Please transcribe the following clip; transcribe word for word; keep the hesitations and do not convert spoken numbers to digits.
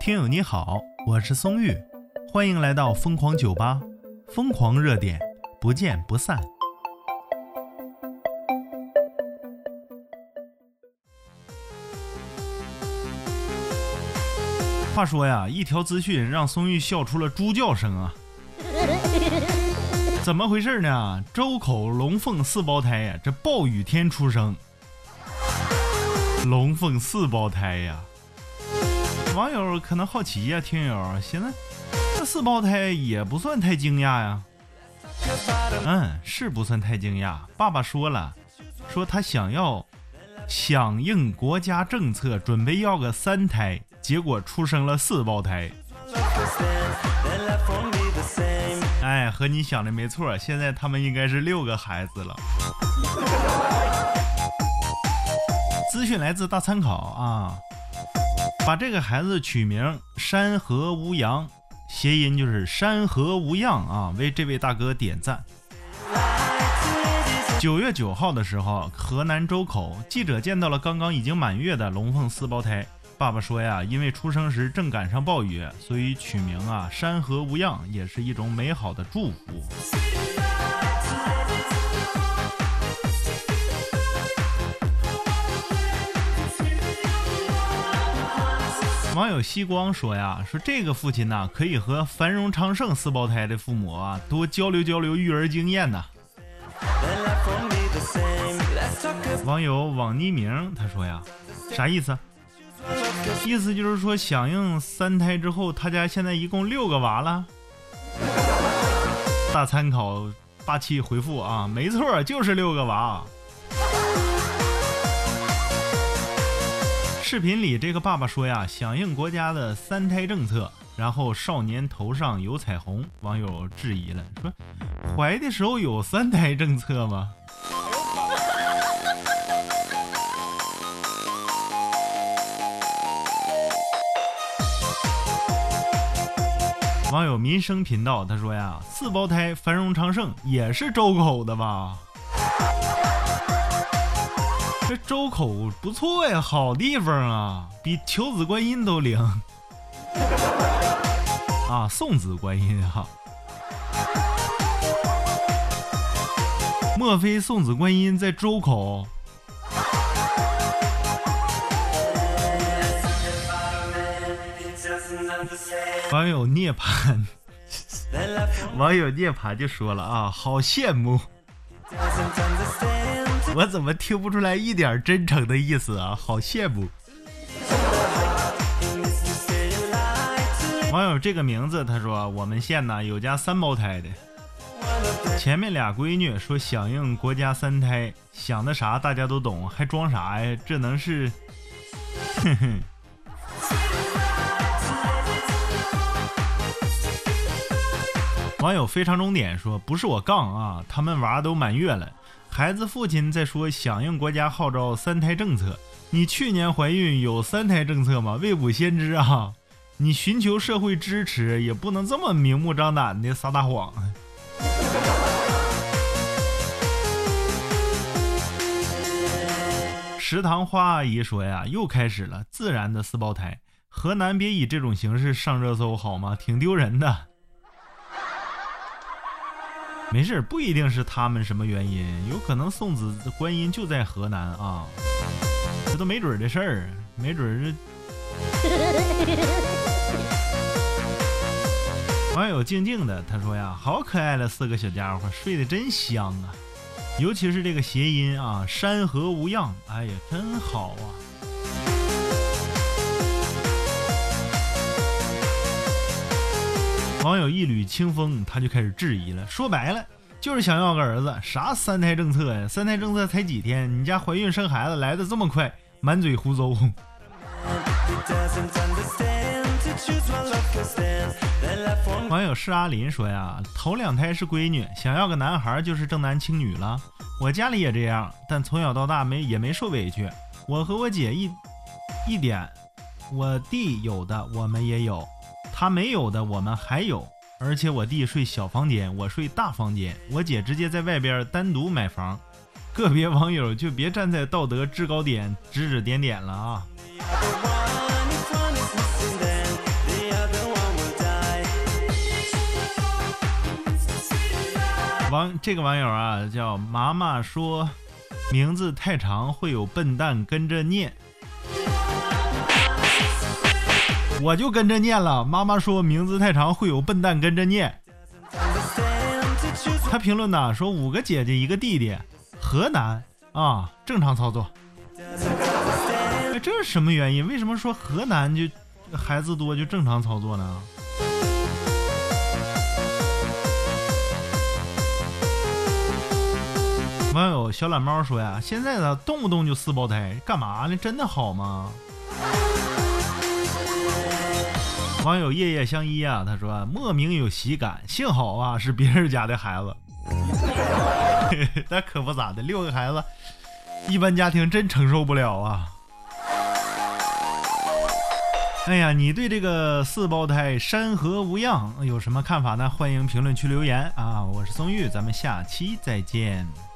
听友你好，我是松玉，欢迎来到疯狂酒吧，疯狂热点，不见不散。话说呀，一条资讯让松玉笑出了猪叫声啊！怎么回事呢？周口龙凤四胞胎呀，这暴雨天出生。龙凤四胞胎呀，网友可能好奇呀，听友现在这四胞胎也不算太惊讶呀。嗯，是不算太惊讶。爸爸说了，说他想要响应国家政策，准备要个三胎，结果出生了四胞胎。哎，和你想的没错，现在他们应该是六个孩子了。资讯来自大参考啊，把这个孩子取名山河无恙，谐音就是山河无恙啊，为这位大哥点赞。九月九号的时候，河南周口记者见到了刚刚已经满月的龙凤四胞胎。爸爸说呀，因为出生时正赶上暴雨，所以取名啊山河无恙，也是一种美好的祝福。网友西光说呀，说这个父亲呢、啊，可以和繁荣昌盛四胞胎的父母啊多交流交流育儿经验呢。网友网匿名他说呀，啥意思？意思就是说响应三胎之后，他家现在一共六个娃了。大参考八七回复啊，没错，就是六个娃。视频里这个爸爸说呀，响应国家的三胎政策，然后少年头上有彩虹。网友质疑了，说怀的时候有三胎政策吗？网友民生频道他说呀，四胞胎繁荣昌盛也是周口的吧？这周口不错呀，好地方啊，比求子观音都灵啊，送子观音哈、啊。莫非送子观音在周口？网友涅槃，网友涅槃就说了啊，好羡慕。我怎么听不出来一点真诚的意思啊？好羡慕。网友这个名字他说，我们县呢有家三胞胎的，前面俩闺女说响应国家三胎，想的啥大家都懂，还装啥呀？这能是哼哼。网友非常终点说，不是我杠啊，他们娃都满月了，孩子父亲在说响应国家号召三胎政策，你去年怀孕有三胎政策吗？未卜先知啊，你寻求社会支持也不能这么明目张胆的撒大谎。食堂花阿姨说呀，又开始了自然的四胞胎，河南别以这种形式上热搜好吗？挺丢人的。没事，不一定是他们什么原因，有可能送子观音就在河南啊，这都没准的事儿，没准是。网友静静的他说呀，好可爱的四个小家伙，睡得真香啊，尤其是这个谐音啊，山河无恙，哎呀，真好啊。网友一缕清风他就开始质疑了，说白了就是想要个儿子，啥三胎政策呀？三胎政策才几天，你家怀孕生孩子来的这么快，满嘴胡诌。网友施阿林说呀，头两胎是闺女，想要个男孩就是重男轻女了，我家里也这样，但从小到大没也没受委屈，我和我姐一一点，我弟有的我们也有，他没有的我们还有，而且我弟睡小房间，我睡大房间，我姐直接在外边单独买房。个别网友就别站在道德制高点指指点点了啊。 网这个网友啊叫妈妈说名字太长会有笨蛋跟着念，我就跟着念了。妈妈说名字太长会有笨蛋跟着念。他评论呢说五个姐姐一个弟弟，河南啊，正常操作。哎，这是什么原因？为什么说河南就孩子多就正常操作呢？网友小懒猫说呀，现在的动不动就四胞胎，干嘛呢？真的好吗？网友夜夜相依啊，他说莫名有喜感，幸好啊是别人家的孩子。那可不咋的，六个孩子，一般家庭真承受不了啊。哎呀，你对这个四胞胎山河无恙有什么看法呢？欢迎评论区留言啊！我是松玉，咱们下期再见。